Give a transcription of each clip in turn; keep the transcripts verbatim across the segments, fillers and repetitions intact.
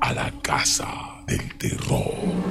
a la casa del terror.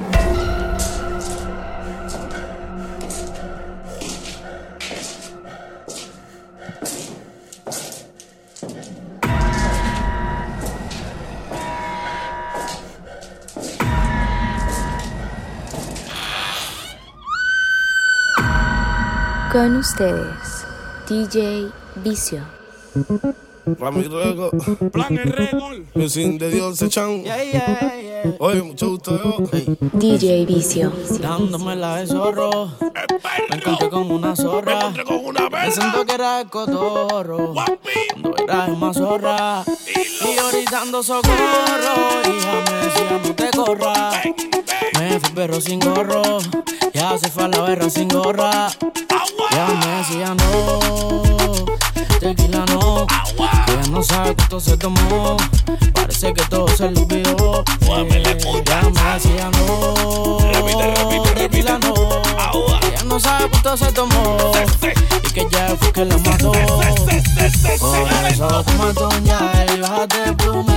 Con ustedes, D J Vicio. Ramirego, Plan el Regol, mi sin de Dios se echan. yeah, yeah, yeah. Oye, mucho gusto yo. Hey. D J Vicio. Dándome la de zorro, me encontré con una zorra. Me con una Me siento que era el cotorro, cuando era el más zorra. Y yo gritando socorro, hija me decía no te corras. Me fui perro sin gorro, ya se fue a la berra sin gorra. Ya me decía no, tequila no, que ella no sabe cuánto se tomó, parece que todo se le olvidó. Ya me decía no, tequila no, que ella no sabe cuánto se tomó, y que ya fue que la mató. Por eso tómate un Yael y bájate el plume,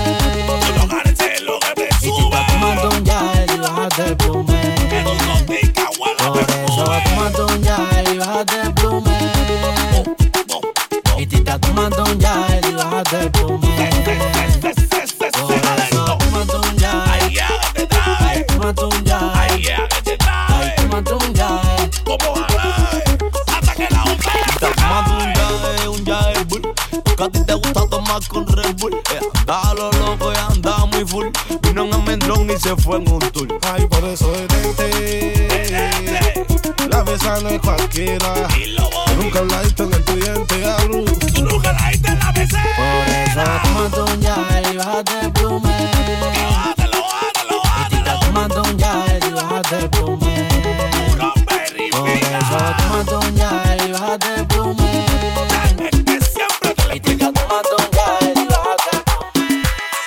y si estás tomando un Yael y bájate el plume. Por eso tómate un Yael y bájate el plume, y si estás tomando un Yael y bájate el plume. Por eso tómate un Yael, ay, tómate un Yael, ay, tómate un Yael. Estás tomando un Yael, un Yael Bull, que a ti te gusta tomar con Red Bull. Eh, andaba lo loco y andaba muy full, vino en Almendrón y se fue en un tour. Ay, por eso detente, la besa no es cualquiera. Nunca la diste en el cliente, abro. Tú nunca la diste en la B C. Por eso tómate un Yael y bájate el plume, Bájatelo, bájatelo, y si estás tomando un Yael y bájate el plume. Por eso tómate un Yael y bájate el plume, y si estás tomando un Yael y bájate el plume.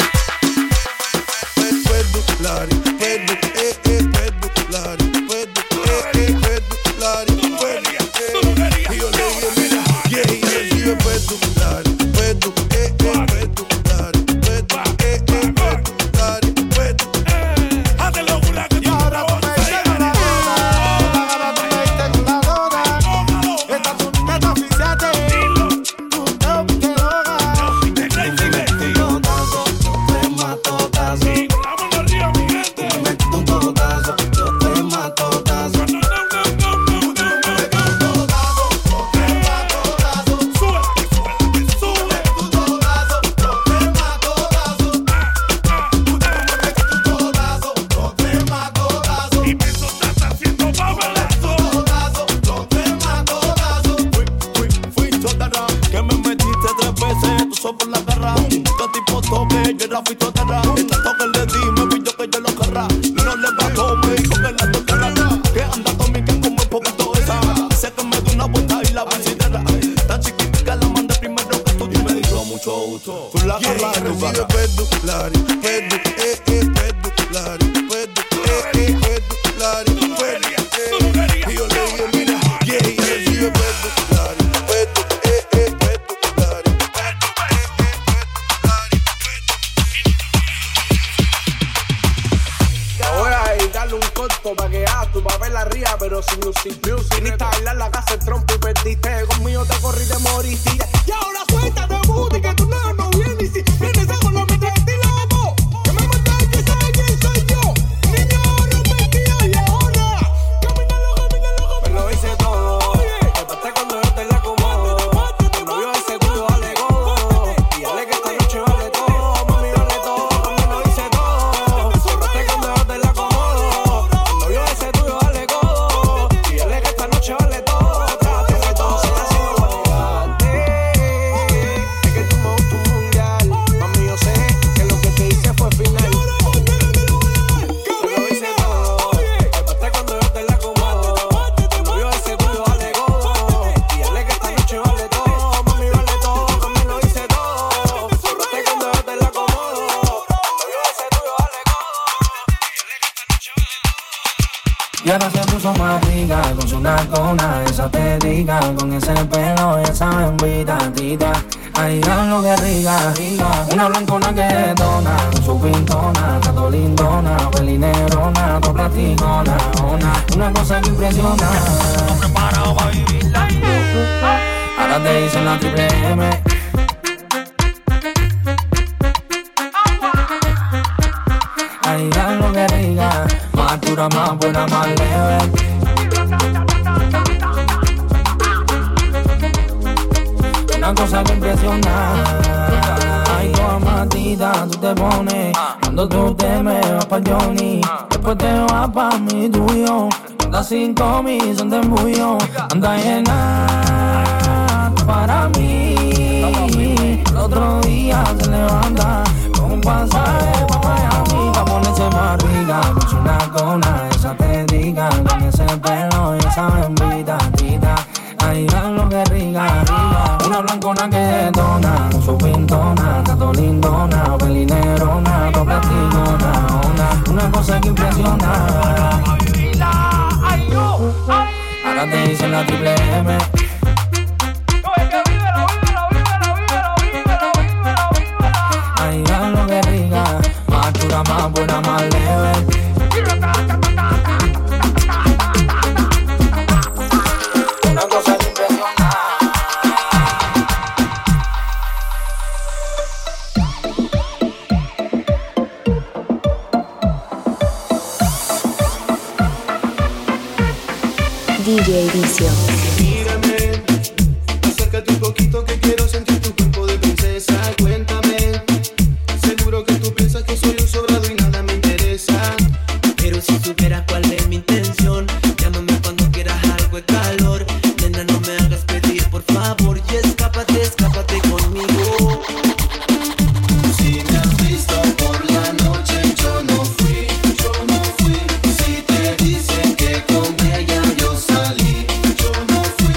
Pedu, lari, pedu, eh, eh, pedu, lari, pedu, eh, eh, pedu, lari, pedu, eh. Y yo le dije, mira, yeah, yeah, yeah, pedu, lari, pedu, eh, eh, pedu, lari, pedu, eh, eh, pedu, lari, pedu. Hazlo una que tú Ahora tú me diste con la dona, ahora tú me diste con la dona. Esta tú nunca te oficiaste, tú no te drogas. Un totazo, yo te mato tazo. Me meto un totazo, yo te mato tazo. Me meto un totazo, yo te mato tazo. Me meto un totazo, yo te mato tazo. Me meto un totazo, yo te mato tazo. Y eso estás haciendo babalazo. Totazo, yo te mato tazo. Fui, fui, fui chotara, que me metiste tres veces, tú sos por la garra. Qué tipo toque, yo era fui chotara. Este toque le di, me pidió que yo lo querrá. Y no le bajó, me dijo que la tocara. Que anda conmigo como un poquito esa. Sé que me dio una vuelta y la visitera. Tan chiquitica la mandé primero que tú y me dijo mucho gusto. Tú la agarras en tu cara. Pedu, lari, pedu, eh, eh, pedu, lari, pedu, eh, eh, pedu, lari, pedu, eh. Y yo le dije, mira, yeah, yeah, yeah, pedu, lari, pedu, eh, eh, pedu, lari, pedu, eh, eh, lari, pedu. Ahora es darle un corto pa' que hagas tu papel arriba, pero sin music music. Viniste a bailar la casa el trompo y perdiste. Conmigo te corrí, te moriste. Y ahora suéltate, booty, que tú no, no vienes. Y si vienes a con los metes de loco, que me matas, que sabes quién soy yo. Niño, arrepentido y ahora. Camínalo, camínalo, me lo hice todo. Me pasé cuando yo te la acomodo. Tu novio ese tuyo vale godo. Y dale que esta noche vale todo. Mami, vale todo. Me lo hice todo. Me pasé cuando yo te la acomodo. Tu novio ese tuyo vale godo. Y dale que esta noche vale todo. Trate de todo, se está haciendo guayarte. Es que tú me gustas un mundial. Mami, yo sé que lo que te hice fue final. Me lo hice todo. Me pasé cuando yo te la acomodo. Tu novio ese tuyo vale godo. Y dale que esta noche vale todo. Mami, vale todo. Mami, lo hice todo. Me pasé cuando yo te la acomodo. Tu novio ese tuyo vale godo. Y ahora se puso más rica, con su nalgona, esa te diga, con ese pelo y esa bembita, tita. Ay, lo que riga, una blancona que dona, su pintona, tato lindona, pelinerona, tu platicona, una, una cosa que impresiona. Preparado para vivirla. Ahora te dicen la triple M. Ay, lo que riga, más dura, más buena, más leve. Una cosa que impresiona. Ay, toda matita tú te pones cuando tú te me vas pa' Johnny. Después te vas pa' mi tuyo. Andas cinco mil, son de embullo. Anda llena para mí. El otro día se levanta con un pasaje pa' Miami. Pa' ponerse más rica, con su nacona, esa te diga, con ese pelo y esa bembita, tita. Ay, lo que riga, riga. Una blancona que detona, su pintona, tato lindona, pelinerona, tu platicona, una, una cosa que impresiona. Ahora te dicen la triple M. Ay, lo que riga, más dura, más buena, más leve. Una cosa que impresiona. D J Vicio. Mírame, acércate un poquito que quiero sentir tu cuerpo de princesa. Cuéntame, seguro que tú piensas que soy un sobrado y nada me interesa. Pero si supieras cuál es mi intención, llámame cuando quieras algo de calor. Nena, no me hagas pedir, por favor, y escápate, escápate conmigo. Si me has visto por la noche, yo no fui, yo no fui. Si te dicen que con ella yo salí, yo no fui.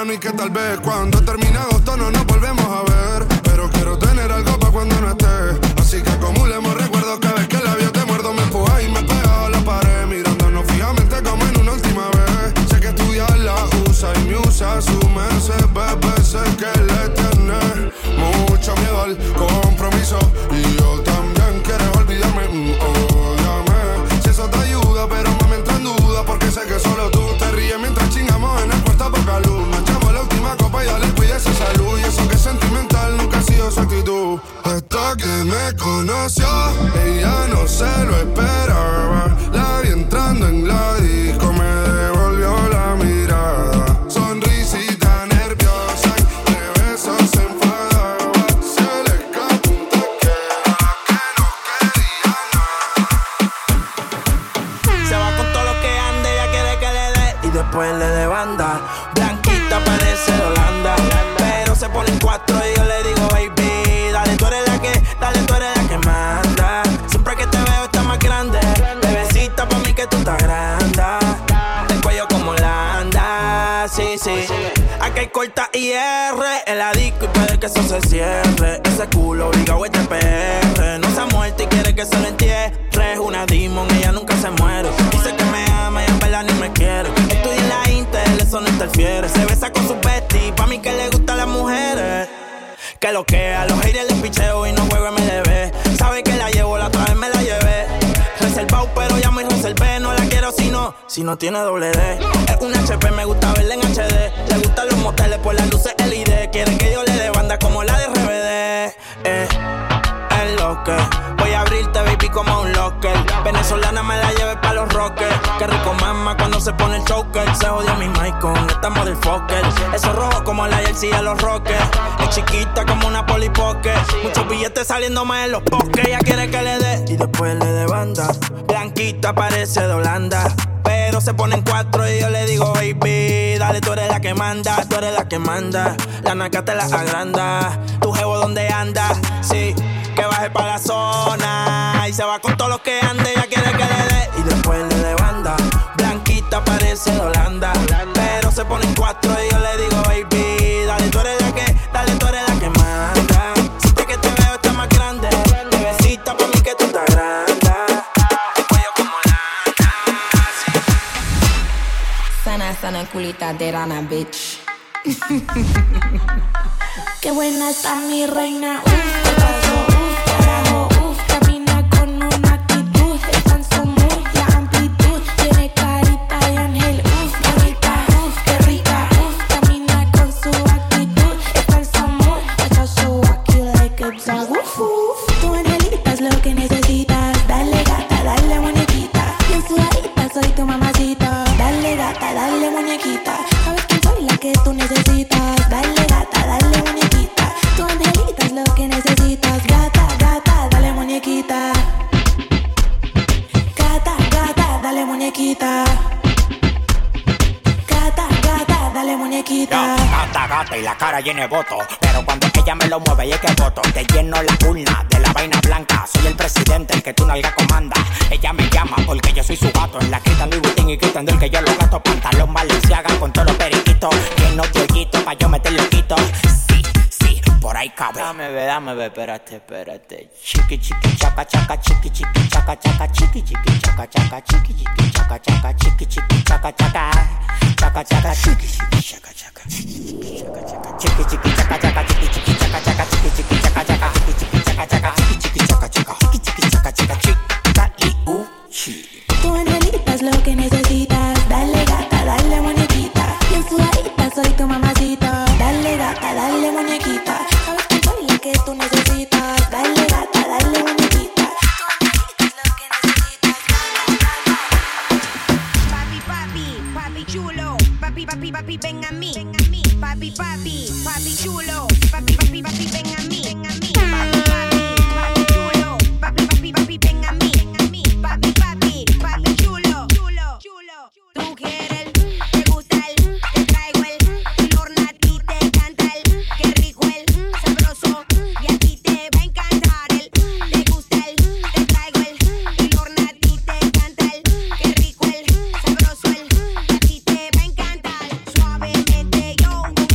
mí que tal vez cuando termine agosto no nos volvemos a ver. Pero quiero tener algo pa' cuando no esté. Así que acumulemos recuerdos cada vez que el labio te muerdo. Me empuja y me pega a la pared, mirándonos fijamente como en una última vez. Sé que estudiar la usa y me usa su merced, bebé. Sé que le tiene mucho miedo al compromiso. Y yo también quiero olvidarme, mm, óyame. Si eso te ayuda, pero no me entra en duda, porque sé que solo tú te ríes mientras chingamos en el cuarto poca luz. Nos echamos la última copa y dale, cuide esa salud. Y eso que es sentimental nunca ha sido su actitud. Hasta que me conoció, ella no se lo esperaba. La vi entrando en la disco, me devolvió la mirada. Sonrisita nerviosa y de besos se enfadaba. Se le escapó un taquera que no quería nada. Se va con todo lo que ande, ella quiere que le dé y después le dé banda. Blanquita parece de Holanda, pero se pone en cuatro y yo le digo, baby, dale, tú eres la que, dale, tú eres la que manda. Siempre que te veo estás más grande, bebecita, pa' mí que tú estás grande. El cuello como Holanda, sí, sí. Aquí hay corta I R en la disco y puede que eso se cierre. Ese culo obligado es de P R. No se ha muerto y quiere que se lo entierre. Es una demon, ella nunca se muere. Dice que me ama y en verdad ni me quiere. Estudia en la Intel, eso no interfiere. Se besa con su bestie, pa' mí que le gustan las mujeres. Que lo que a los haters les picheo y no juego M L B. Sabe que la llevo, la otra vez me la llevé. Reservado, pero ya me reservé. No la quiero si no, si no tiene doble D. Es un H P, me gusta verla en H D. Le gustan los moteles por las luces L E D. Quiere que yo le dé banda como la de R B D. Eh, es lo que voy a abrirte, baby, como un locker. Venezolana me la lleve pa' los rockers. Qué rico mama cuando se pone el choker. Se jodió mi mic con esta motherfucker. Eso rojo como la jersey de los rockers. Es chiquita como una Polly Pocket. Muchos billetes saliendo más en los pockets. Ella quiere que le dé y después le dé banda. Blanquita parece de Holanda, pero se pone en cuatro y yo le digo, baby, dale, tú eres la que manda, tú eres la que manda. La naca te la agranda. Tu jevo donde anda, sí, que baje pa' la zona. Y se va con todos los que ande, ella quiere que le dé y después le dé banda. Blanquita parece de Holanda, pero se pone en cuatro y yo le digo, baby, dale, tú eres la que, dale, tú eres la que manda. Siempre que te veo estás más grande, bebecita, pa' mí que tú estás grande. Sana, sana, culita de rana, bitch. Qué buena está mi reina, uff, qué pasó, uff, carajo, uff. Camina con una actitud, está en su mood, la amplitud. Tiene carita de ángel, uff, bonita, uff, qué rica, uff. Camina con su actitud, está en su mood. Ella show aquí like a dog, uff, uff. Tu angelita es lo que necesitas, dale gata, dale muñequita. Bien sudadita, soy tu mamacita. Dale gata, dale muñequita. Sabes que soy la que tú necesitas. Dale gata, dale muñequita. Tu angelita es lo que necesitas. Gata, gata, dale muñequita. Gata, gata, dale muñequita. Gata, gata, dale muñequita. Yo, gata, gata y la cara llena de voto. Pero cuando ella me lo mueve y es que voto. Te lleno la urna de la vaina blanca. Soy el presidente, el que tú nalga comanda. Ella me llama porque yo soy su gato. En la quitan Louis Vuitton y quitan del que yo lo gasto. Pantalón Balenciaga con todos los periquitos. Lleno de hoyitos pa' yo meter loquito. Sí, sí, por ahí cabe. Dame, ve, dame, ve, espérate, espérate. Chiqui, chiqui, chaca, chaca, chiqui, chiqui, chaca, chaca, chiqui, chiqui, chaca, chaca, chiqui, chiqui, chaca, chaca, chiqui, chiqui, chaca, chaca. Chaca, chaca, chiqui, chiqui, chaca, chaca, chiqui, chaca, chaca, chiqui, chiqui, chaca, chaca, chiqui, chiqui, chaca, chaca, chiqui, chiqui, chaca, chaca, chiqui, chiqui, chaca, chaca, chiqui, chiqui, chaca, chaca, chiqui, chiqui, chaca, chaca, chica y uchi. Tu angelita es lo que necesitas. Dale gata, dale muñequita. Bien sudadita, soy tu mamacita. Dale gata, dale muñequita. Sabes que soy la que tú necesitas. Dale gata, dale muñequita. Tu angelita es lo que necesitas. Papi, papi, papi chulo. Papi, papi, papi, ven a mí. Papi, papi, papi chulo. Papi, papi, papi, ven a mí. Papi, papi, papi chulo. Papi, papi, papi, ven a mí. Papi, papi, papi chulo. Tú quieres, te gusta el, te traigo el, el horno a ti te canta el, qué rico el, sabroso, y a ti te va a encantar el, te gusta el, te traigo el, el horno a ti te canta el, qué rico el, sabroso el, y a ti te va a encantar, suavemente yo.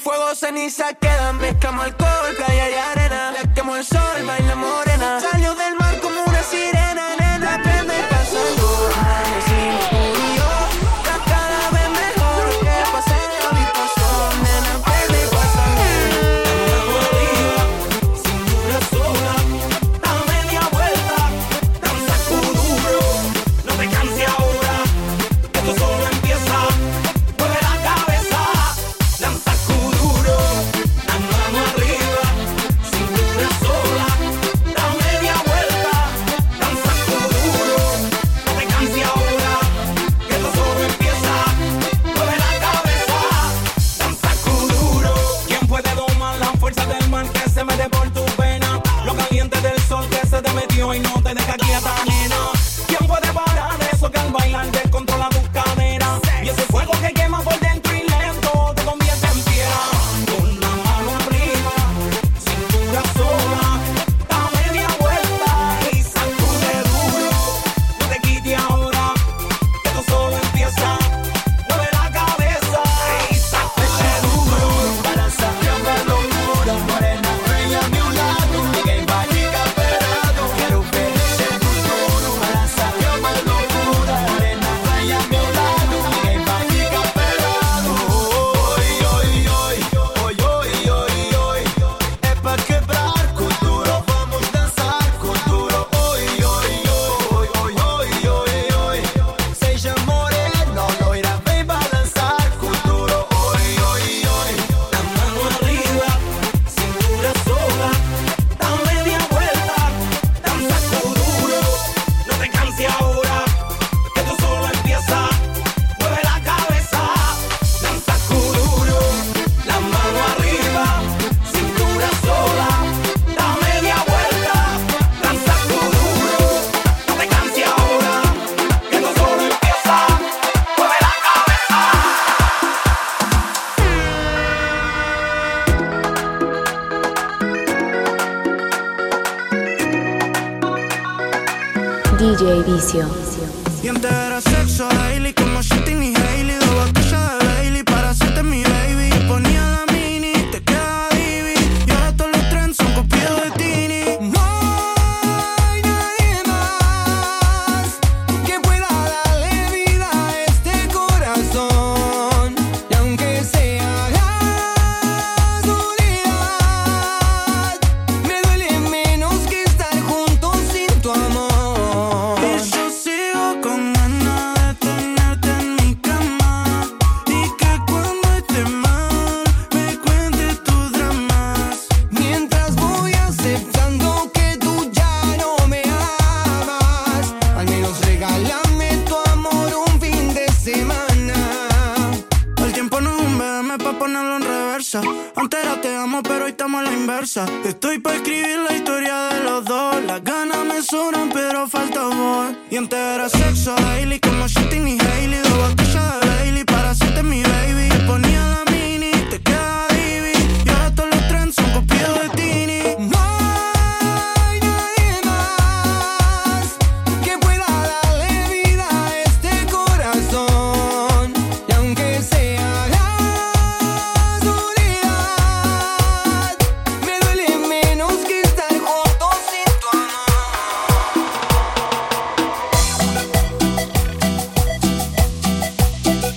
fuego, ceniza quedan. Mezclamos alcohol, playa y arena. Le quemo el sol, baila morena. Salió del mar como una sirena, nena. Prende y pasa algo, amanecimos tú y yo. Está cada vez mejor, que pase la habitación. Nena, prende y pasa algo. Dame arriba, cintura sola. Da media vuelta, danza duro. No te canses ahora, que esto solo empieza. Mueve la cabeza, danza duro. La mano arriba, cintura sola. Da media vuelta, danza duro. No te canses ahora, que esto solo empieza. Mueve la cabeza, danza duro. ¿Quién puede domar la fuerza del mar que se mete por tu vena? Lo caliente del sol que se te metió y no te deja quieta, nena. ¿Quién puede parar eso que al bailar descontrola tus caderas? Y ese fuego que quema por dentro y lento te convierte en piedra. Con la mano arriba, cintura sola. Da media vuelta y sacude duro. No te quites ahora, que esto solo empieza. Mueve la cabeza y sacude duro. Para sacar la locura, morena, bella a mi lado. Ninguém vai ficar parado. Quero ver esse futuro. Para sacar la locura, morena, bella a mi lado. Ninguém vai ficar parado. Oi, oi, oi, oi, oi, oi, oi. É pra quebrar com duro, vamos dançar com duro. Oi, oi, oi, oi, oi, oi, oi. Seja moreno, loira, vem balançar com duro. Oi, oi, oi. La mano arriba, cintura sola. Da media vuelta, danza duro. No te canses ahora, que esto solo empieza. Mueve la cabeza, danza duro. La mano arriba, cintura sola. Da media vuelta, danza duro. No te canses ahora, que esto solo empieza. Mueve la cabeza. D J Vicio. Y antes era sexo daily como Shitty y Hailey. Dos botellas de Bailey para hacerte mi baby. Ponía la mini, te quedaba divi. Y ahora todos los trends son copiados de Tini. No hay nadie más que pueda darle vida a este corazón. Y aunque sea la soledad, me duele menos que estar juntos sin tu amor. Y yo sigo con ganas de tenerte en mi cama. Y que cuando esté mal me cuentes tus dramas. Mientras voy aceptando que tú ya no me amas, al menos regálame tu amor un fin de semana. El tiempo no es un B M pa' ponerlo en reversa. Antes era te amo pero hoy estamos a la inversa. Estoy pa' escribir la historia de los dos. Las ganas me sobran pero falta amor. Y antes era sexo daily como Shitty y Hailey. Dos botellas de Bailey para hacerte mi baby. Ponía la mini, te quedaba divi. Y ahora todos los trends son copiados de Tini. No hay nadie más que pueda darle vida a este corazón. Y aunque sea la soledad, me duele menos que estar juntos sin tu amor.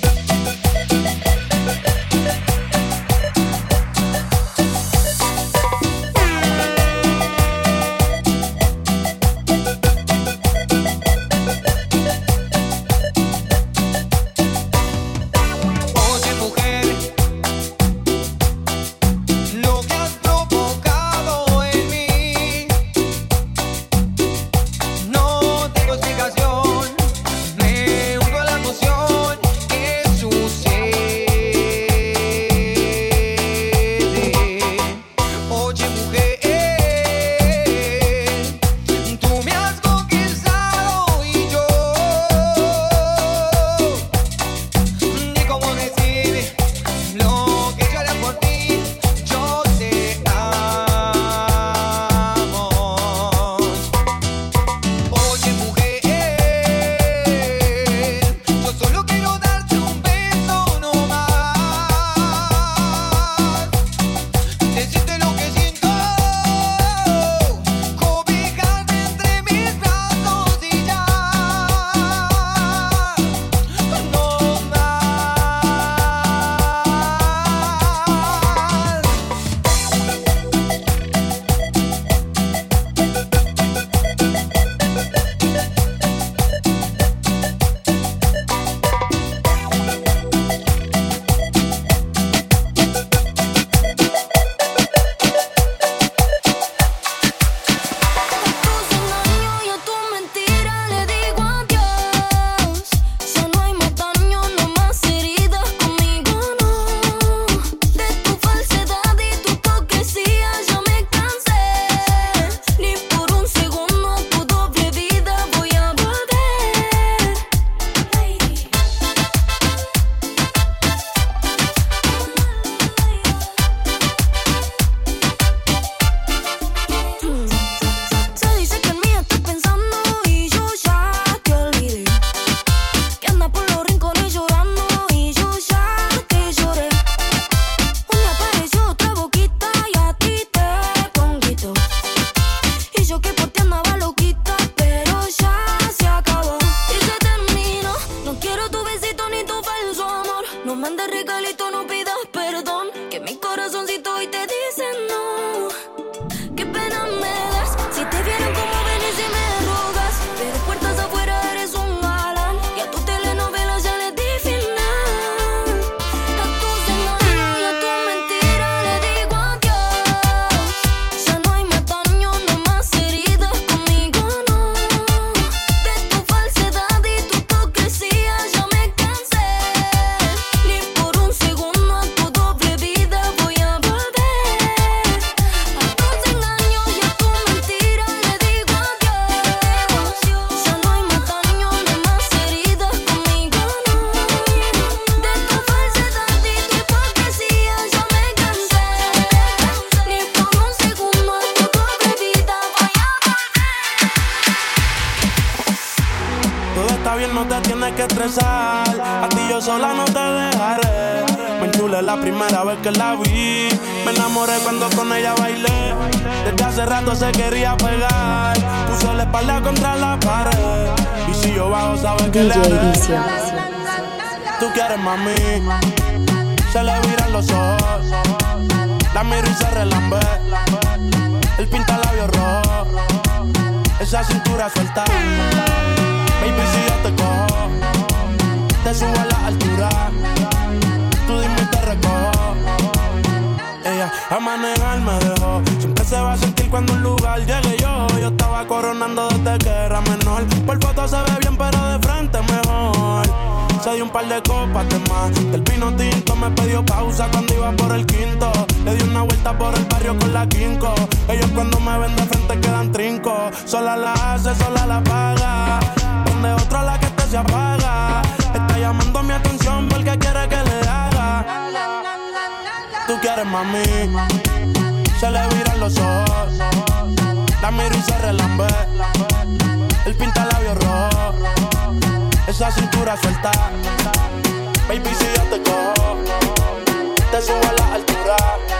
no te tienes que estresar. A ti yo sola no te dejaré. Me enchulé la primera vez que la vi. Me enamoré cuando con ella bailé. Desde hace rato se quería pegar. Puso la espalda contra la pared. Y si yo bajo, sabes que le haré. Tú quieres, mami. Se le viran los ojos. La miro y se relambe. El pinta labios rojo. Esa cintura suelta. Baby, si yo te cojo, te subo a la altura. Tú dime y te recojo. Ella a manejar me dejó. Siempre se va a sentir cuando un lugar llegue yo. Yo estaba coronando desde que era menor. Por foto se ve bien, pero de frente mejor. Se dio un par de copas de más. Del vino tinto me pidió pausa cuando iba por el quinto. Le di una vuelta por el barrio con la quinco. Ellos cuando me ven de frente quedan trinco. Sola la hace, sola la paga. Donde otra la que te se apaga. Está llamando mi atención porque quiere que le haga. Tú quieres, mami. Se le viran los ojos. La miro y se relambe. El pinta labios rojo. Esa cintura suelta. Baby, si yo te cojo, te subo a la altura.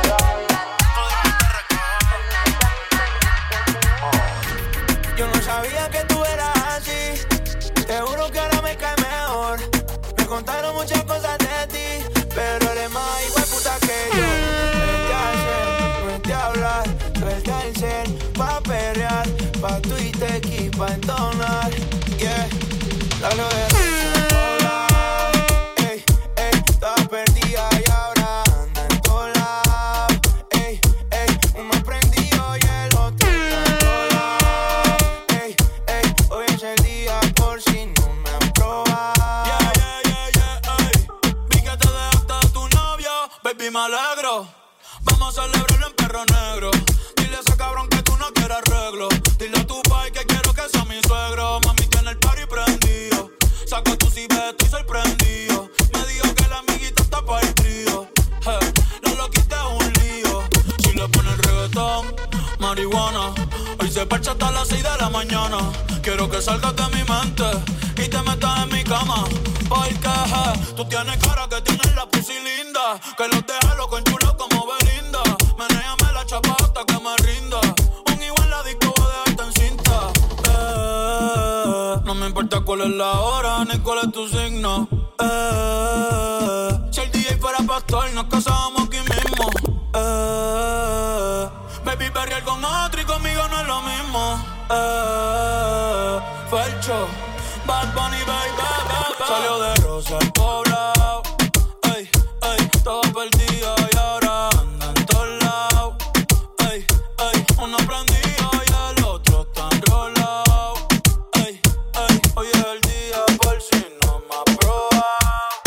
Yo no sabía que tú eras así. Te juro que ahora me cae mejor. Me contaron muchas cosas de ti, pero eres más hijo de puta que yo. Vete a hacer, vete a hablar, vete al cel, pa' perrear, pa' Twitter y pa' entonar. Yeah. La lo de sola, ey, ey, estaba perdida y ahora anda en todos lados, ey, ey, uno prendido y el otro está en todos lados, ey, ey, hoy es el día por si no me han probado. Yeah, yeah, yeah, yeah, ey, vi que te dejaste de tu novio, baby, me alegro, vamos a celebrarlo en perro negro, dile a ese cabrón que tú no quieres arreglo, dile a tu pai que quiero que sea mi suegro, mami tiene el party prendido. Saca tu cibeta, estoy sorprendido. Me dijo que la amiguita está pa' el trío. Hey, la loquita es un lío. Si le ponen reggaetón, marihuana. Hoy se parcha hasta las seis de la mañana. Quiero que salgas de mi mente y te metas en mi cama. Porque hey, tú tienes cara que tienes la pussy linda. Que los deja loco en chulo como Belinda. Menéame la chapa hasta que me rinda. Un igual la disco voy a dejarte en cinta. Eh, no me importa cuál es la hora ni cuál es tu signo. Eh, si el D J fuera pastor, nos casábamos aquí mismo. Eh, baby, perrear con otro y conmigo no es lo mismo. Eh, Felcho, Bad Bunny, baby, baby. Salió de Rosa al poblado. Ey, ey, estaba perdida y ahora anda en todos lados. Ey, ey, uno prendido y el otro está enrolado. Ey, ey, hoy es el día por si no me ha probado.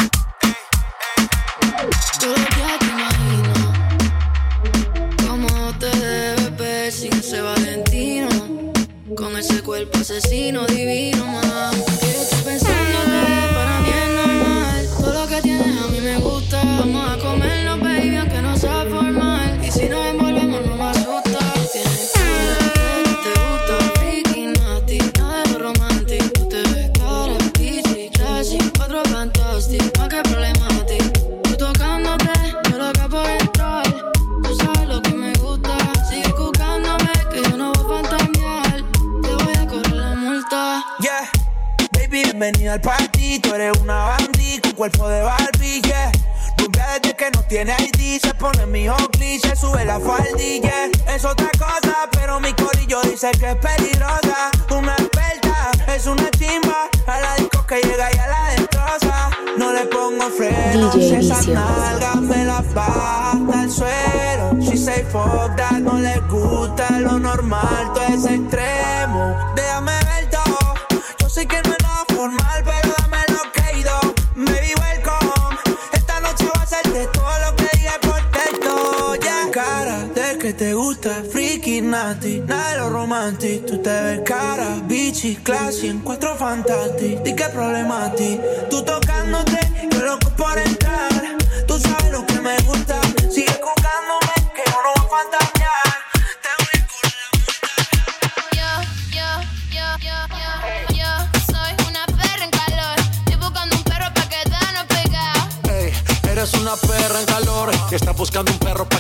Yo ya te imagino cómo te debes ver sin ese Valentino, con ese cuerpo asesino divino, ma. Que estoy pensando que para mí es normal. Todo lo que tienes a mí me gusta. Vamos a comerlo, baby, aunque no sea formal. Y si nos envolvemos no me asusta. Tienes cara que te gusta, freaky, nasty, nada de romantic. Tú te ves cara, peachy, classy, cuatro fantastic, más que problemático. Tú tocándote, yo loca por entrar. Tú sabes lo que me gusta. Sigue buscándome, que yo no voy a fantamear. Te voy a correr la multa. Yeah, baby, bienvenida al party. Tú eres una bandit con cuerpo de Barbie, yeah. Rubia desde que no tiene I D. Se pone mi Oakley, se sube la faldilla. Es otra cosa, pero mi corillo dice que es peligrosa. Una experta, es una chimba. A la disco que llega y a la destroza. No le pongo freno, si esas nalgas me las baja hasta el suelo. She say fuck that, no le gusta lo normal. Todo es extremo, déjame ver todo. Yo sé que no es nada formal, pero dame lo que he ido. Baby, welcome. Esta noche va a ser de todo lo que dije por texto, yeah. Cara de que te gusta, freaky, nasty, nada de lo romantic. Tú te ves cara, bitchy, classy, en cuatro fantastic. Di que problema a ti, tú tocándote, yo loco por entrar. Tú sabes lo que me gusta, sigue buscándome, que yo no voy a fantasear. Te voy a correr la Yo, yo, yo, yo, yo, yo soy una perra en calor.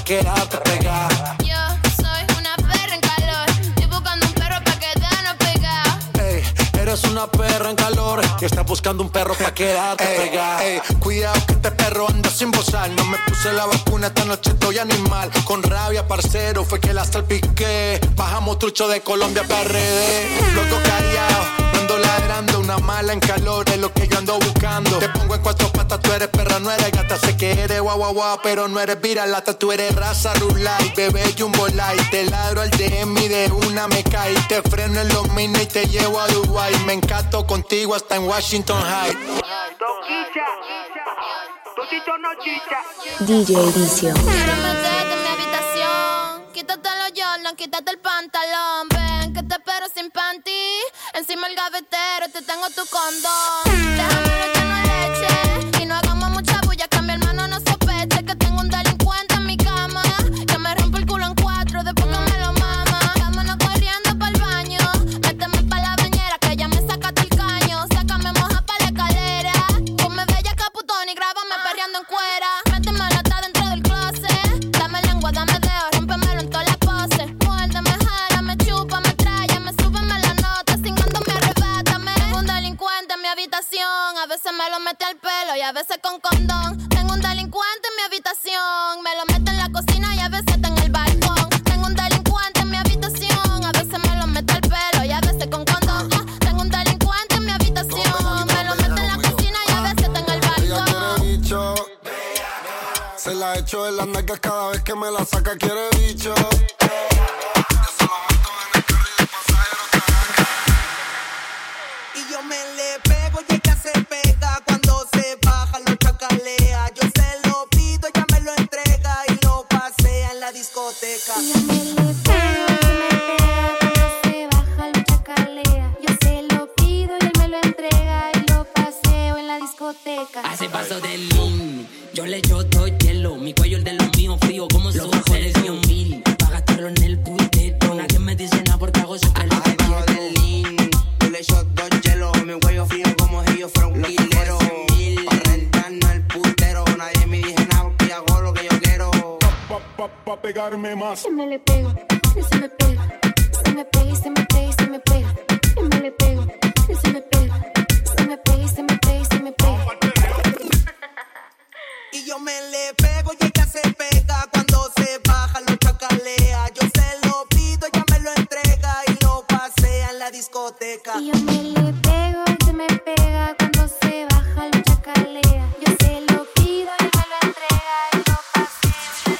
quedarte pegada. Yo soy una perra en calor. Estoy buscando un perro pa' quedarnos pegados. Ey, eres una perra en calor y estás buscando un perro pa' quedarte Ey, pegada. ey, cuidado que este perro anda sin bozar. No me puse la vacuna, esta noche estoy animal. Con rabia, parcero, fue que la salpiqué. Bajamos trucho de Colombia para R D. Loco callado, no ando ladrando. Una mala en calor es lo que yo ando buscando. Te pongo en cuatro patas, tú eres perra, no eres gata. Sé que eres guau guau guau, pero no eres viralata. Tú eres raza rulay, bebé jumbo light. Te ladro al D M y de una me caí. Te freno en los minas y te llevo a Dubai. Me encanto contigo hasta en Washington High. D J Vicio. Quiero meterte en mi habitación. Quítate los Jordan, quítate el pantalón. Ven que te espero sin panty. Encima el gavetero, te tengo tu condón. Déjamelo lleno de leche. Y no hagamos mucha bulla, que mi hermano no sospeche que tengo un delincuente en mi cama. Que me rompe el culo en cuatro después que me lo mama. Vámonos corriendo pa'l baño. Méteme pa' la bañera, que ya me sacaste el caño. Sácame moja pa' la escalera. Ponme bella caputón y grábame perreando en cuera. Métemelo hasta dentro del closet. Dame lengua, dame dedo, rómpemelo en todas las poses. Muérdeme, jálame, chúpame, tráyame, súbeme la nota. Cingándome, arrebátame. Tengo un delincuente en mi habitación. A veces me lo mete al pelo y a veces con condón. Tengo un delincuente en mi habitación. Me lo mete en la cocina y a veces está en el balcón. Tengo un delincuente en mi habitación. A veces me lo mete al pelo y a veces con condón. Ah, tengo un delincuente en mi habitación. Me lo mete en la cocina y a veces está en el Ella balcón. quiere bicho. Se la echo en las nalgas cada vez que me la saca, quiere bicho. Y yo me le pego y ella se pega. Cuando se baja lo chacalea. Yo se lo pido, ella me lo entrega. Y lo pasea en la discoteca. Y yo me le pego, se me pega. Cuando se baja lo chacalea. Yo se lo pido y él me lo entrega. Y lo paseo en la discoteca. Hace paso de lean, yo le echo todo hielo. Mi cuello el de los míos frío como su de cien mil. Pa' gastarlo en el puntero. Nadie me dice nada porque hago su pelo. Hace paso de lean, yo le echo dos hielo. Mi cuello frío como si yo fuera un killero. Pa' rentarnos el putero. Nadie me dice nada porque hago lo que yo quiero. Pa, pa, pa pegarme más. Se me le pego, y se me pega. Se me pega y se me pega y se me pega. Y me le pego, y se me pega. Se me pega y se me pega y se me pega. Y yo me le pego y ella se pega. Cuando se baja lo chacalea. Yo se lo pido, ella me lo entrega. Y lo pasea en la discoteca. Y yo me le pego, se me pega. Cuando se baja lo chacalea. Yo se lo pido y me lo entrega. Y lo pasea.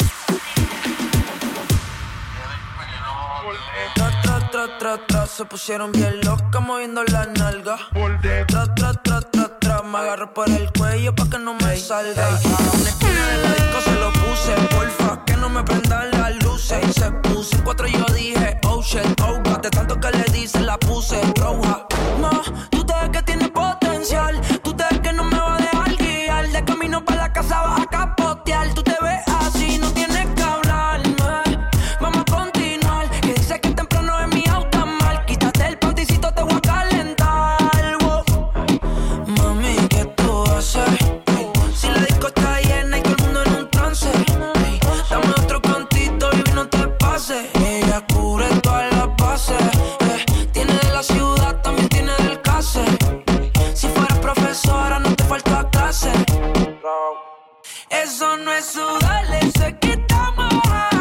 Tra, tra, tra, tra, tra, se pusieron bien locas moviendo la nalga. Tra, tra, tra, tra, tra, me agarro por el cuello pa' que no me salga. En la esquina de la disco se lo puse, porfa, que no me prendan las luces. Y se puso en cuatro y yo dije, oh shit, oh god, de tanto que le dice la puse roja. Ma, tú te ves que tienes potencial, tú te ves que no me va a dejar guiar. De camino pa' la casa vas a capotear, tú te ves así, no tienes que hablarme. Vamos a continuar, que dice que temprano en mi auto mal. Quítate el panticito, te voy a calentar. Wow. Mami, ¿qué tú haces? Hey. Si la disco está llena y todo el mundo en un trance. Hey. Dame otro cantito y no te pases. Ella cubre todas las bases. Hey. Tiene de la ciudad, también tiene del case. Si fueras profesora, no te falta clase. Eso no es sudarle, eso es que estamos.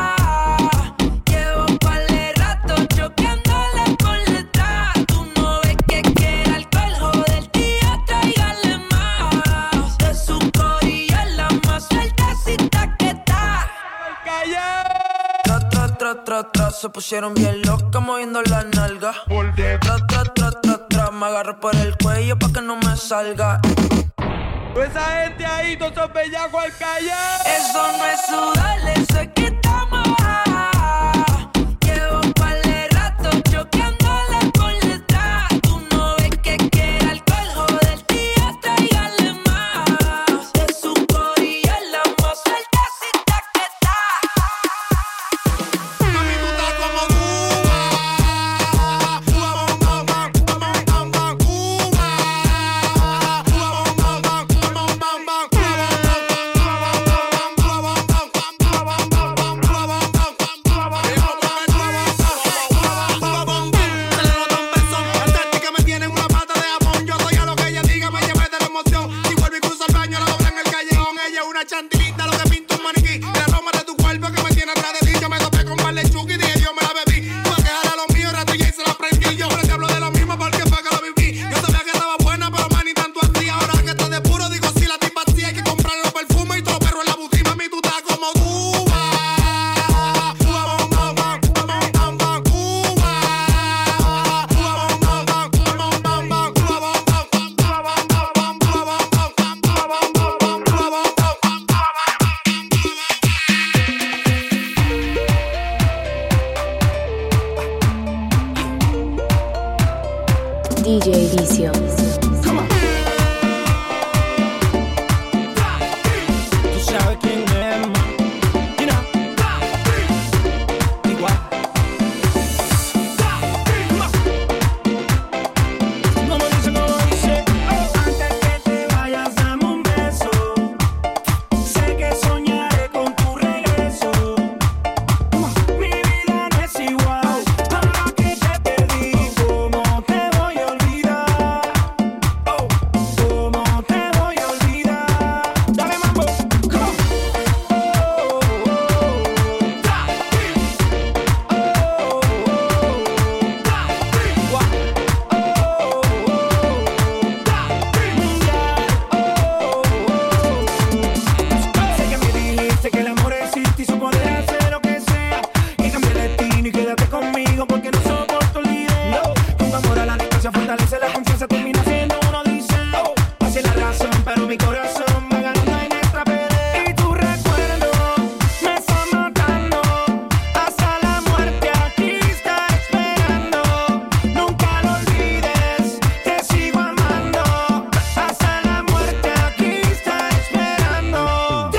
Llevo par de rato choqueándole con letras. Tú no ves que quiere alcohol, joder, tía, tráigale más. De su corilla la más sueltecita que está. Tra, tra, tra, tra, tra, se pusieron bien locas moviendo la nalga. Tra, tra, tra, tra, tra, me agarro por el cuello pa' que no me salga. Esa gente ahí, todos esos bellacos al callar. Eso no es sudarle, eso es que estamos. Llevo un par de rato choqueándole con letras. Tú no ves que quiere alcohol, joder, tía, tráigale más. De su corilla la más sueltecita que está. Mami, tú estás como Cuba. Cuba, bom, bom, bom, bom, bom, bom, Cuba. Cuba, bom, bom, bom, bom, bom, bom, Cuba, bom, bom, bom, bom, bom, bom, Cuba, bom, bom, bom, bom, bom, bom, D J Vicio. Tú sabes quién es, ma. You know. Igual. Como dice, como dice. Antes que te vayas, dame un beso. Sé que soñaré con tu regreso. Mi vida no es igual a lo que te pedí. ¿Cómo te voy a olvidar? Oh, ¿cómo te voy a olvidar? Dale mambo, come on. Oh, oh, oh. Sé que me dijiste que el amor existe y yo poder hacer lo que sea y cambiar el destino y quédate conmigo porque no soporto la idea. Con tu amor a la distancia fortalece la confianza, termina siendo uno dice. Así es la razón, pero mi corazón va ganando en esta pelea. Y tu recuerdo me está matando, hasta la muerte aquí está esperando. Nunca lo olvides, te sigo amando, hasta la muerte aquí está esperando.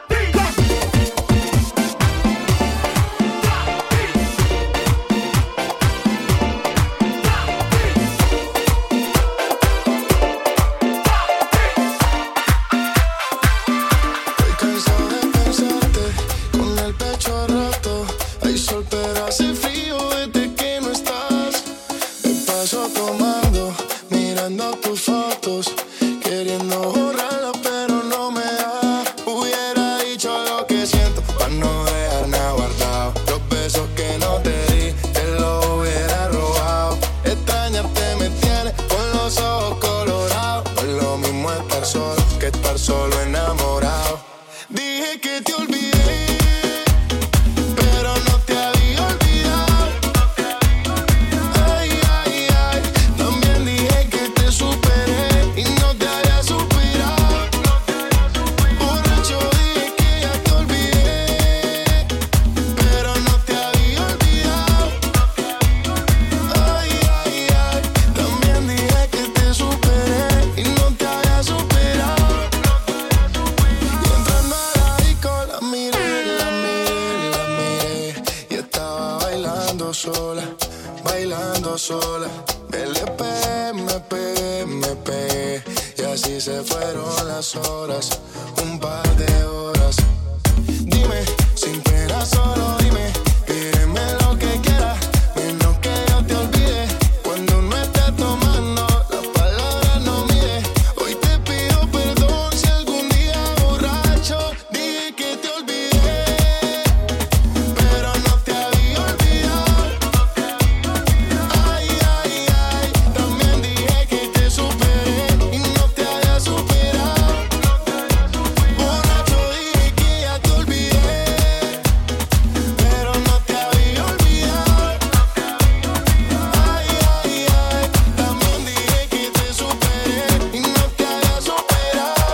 Estoy cansado de pensarte, con el pecho roto. Hay sol pero hace frío desde que no estás. Me paso tomando, mirando tus fotos, queriendo borrarlas pero no me da. Hubiera dicho lo que siento para no dejar nada guardado. Los besos que no te di, te los hubiera robado. Extrañarte me tiene con los ojos colorados. No es lo mismo estar solo que estar solo enamorado. Dije que te olvidé, pero no te había olvidado. Ay, ay, ay. También dije que te superé y no te había superado. Borracho dije que ya te olvidé, pero no te había olvidado. Ay, ay, ay. También dije que te superé y no te había superado. Y entrando a la disco la miré, la miré, la miré. Y estaba bailando sola, bailando sola. L P, me pegué, me pegué. Y así se fueron las horas, un par de horas. Dime, sin pena solo dime, pídeme lo que quieras, menos que yo te olvide. Cuando no estés tomando, las palabras no mide. Hoy te pido perdón si algún día borracho dije que te olvidé, pero no te había olvidado. Ay, ay, ay. También dije que te superé y no te había superado. Borracho dije que ya te olvidé, pero no te había olvidado. Ay, ay, ay. También dije que te superé y no te había superado.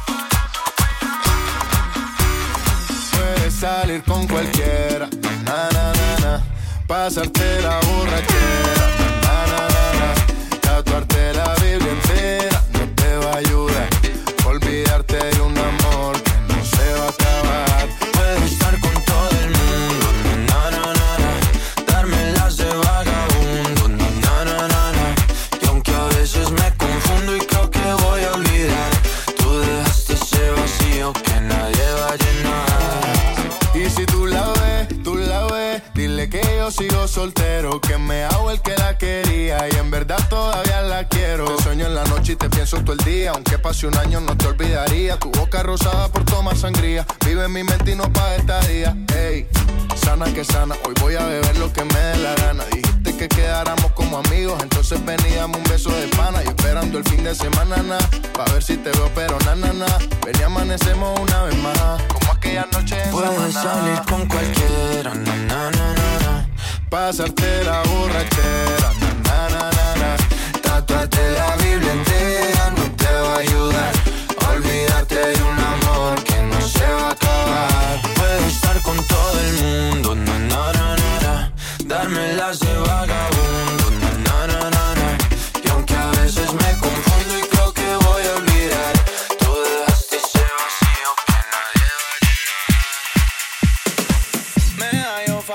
Puedes salir con cualquiera, na, na, na, na. Pasarte la borrachera, na, na, na, na. Tatuarte la Biblia entera no te va a ayudar. Olvidarte de un amor que no se va a acabar. Puedes estar con todo el mundo, na, na, na, na. Darme las de vagabundo, na, na, na, na, na. Y aunque a veces me confundo y creo que voy a olvidar, tú dejaste ese vacío que nadie va a llenar. Y si tú la ves, tú la ves, dile que yo sigo soltero, que me hago el que la quería y en verdad todavía la quiero. Te sueño en la noche y te pienso todo el día, aunque pase un año no te olvidaría. Tu boca rosada por tomar sangría, vive en mi mente y no pa' esta día. Ey, sana que sana, hoy voy a beber lo que me dé la gana. Dijiste que quedáramos como amigos, entonces veníamos un beso de pana. Y esperando el fin de semana, na, pa' ver si te veo pero na, na, na. Ven y amanecemos una vez más, como aquella noche en Puedes Samaná. salir con cualquiera, na, na, na, na, na. Pasarte la borrachera, na, na, na, na, na. Tatuarte la Biblia entera no te va a ayudar. Olvidarte de un amor que no se va a acabar. Puedes estar con todo el mundo, na, na, na, na, na. Darme las de vagabundo, na, na, na, na, na. Y aunque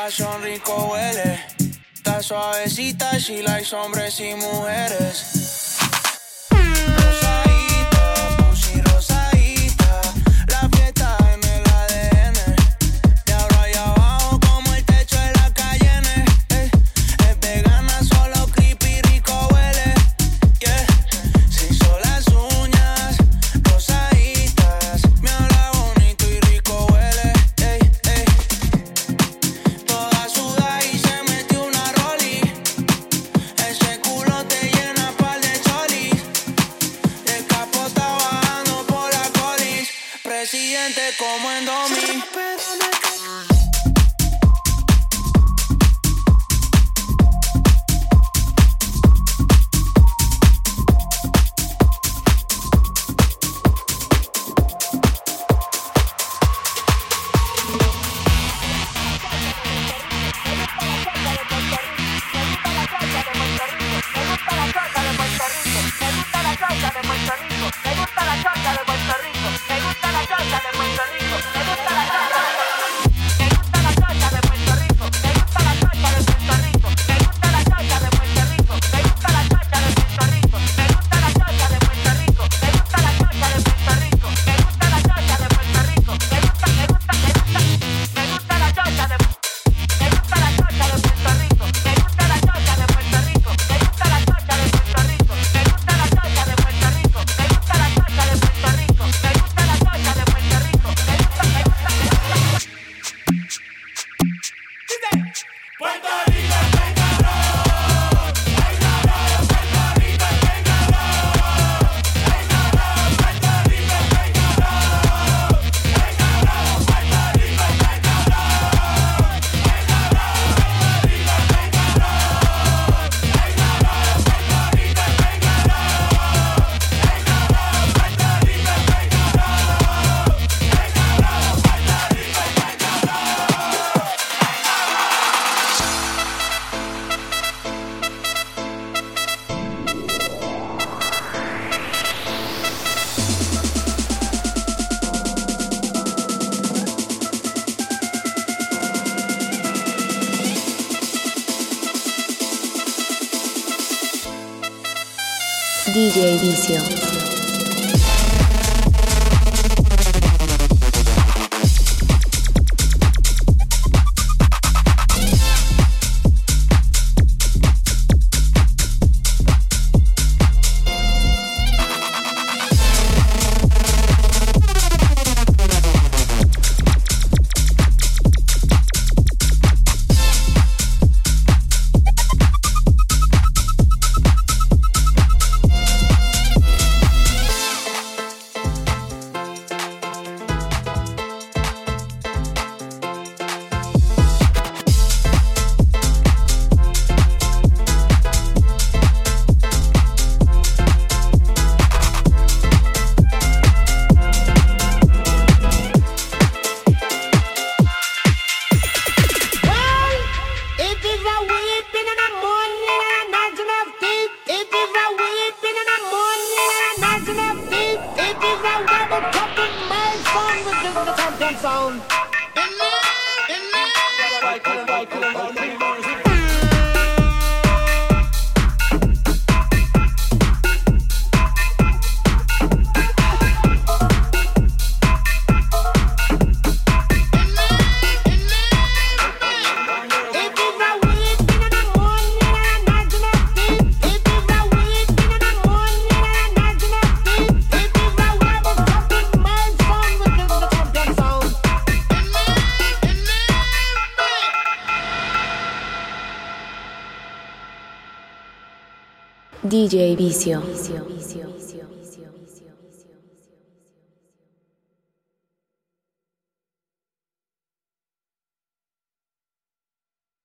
pasión rico huele. Está suavecita, she likes hombres y mujeres. Como en Domi. D J Vicio. D J Vicio. Vicio, Vicio, Vicio.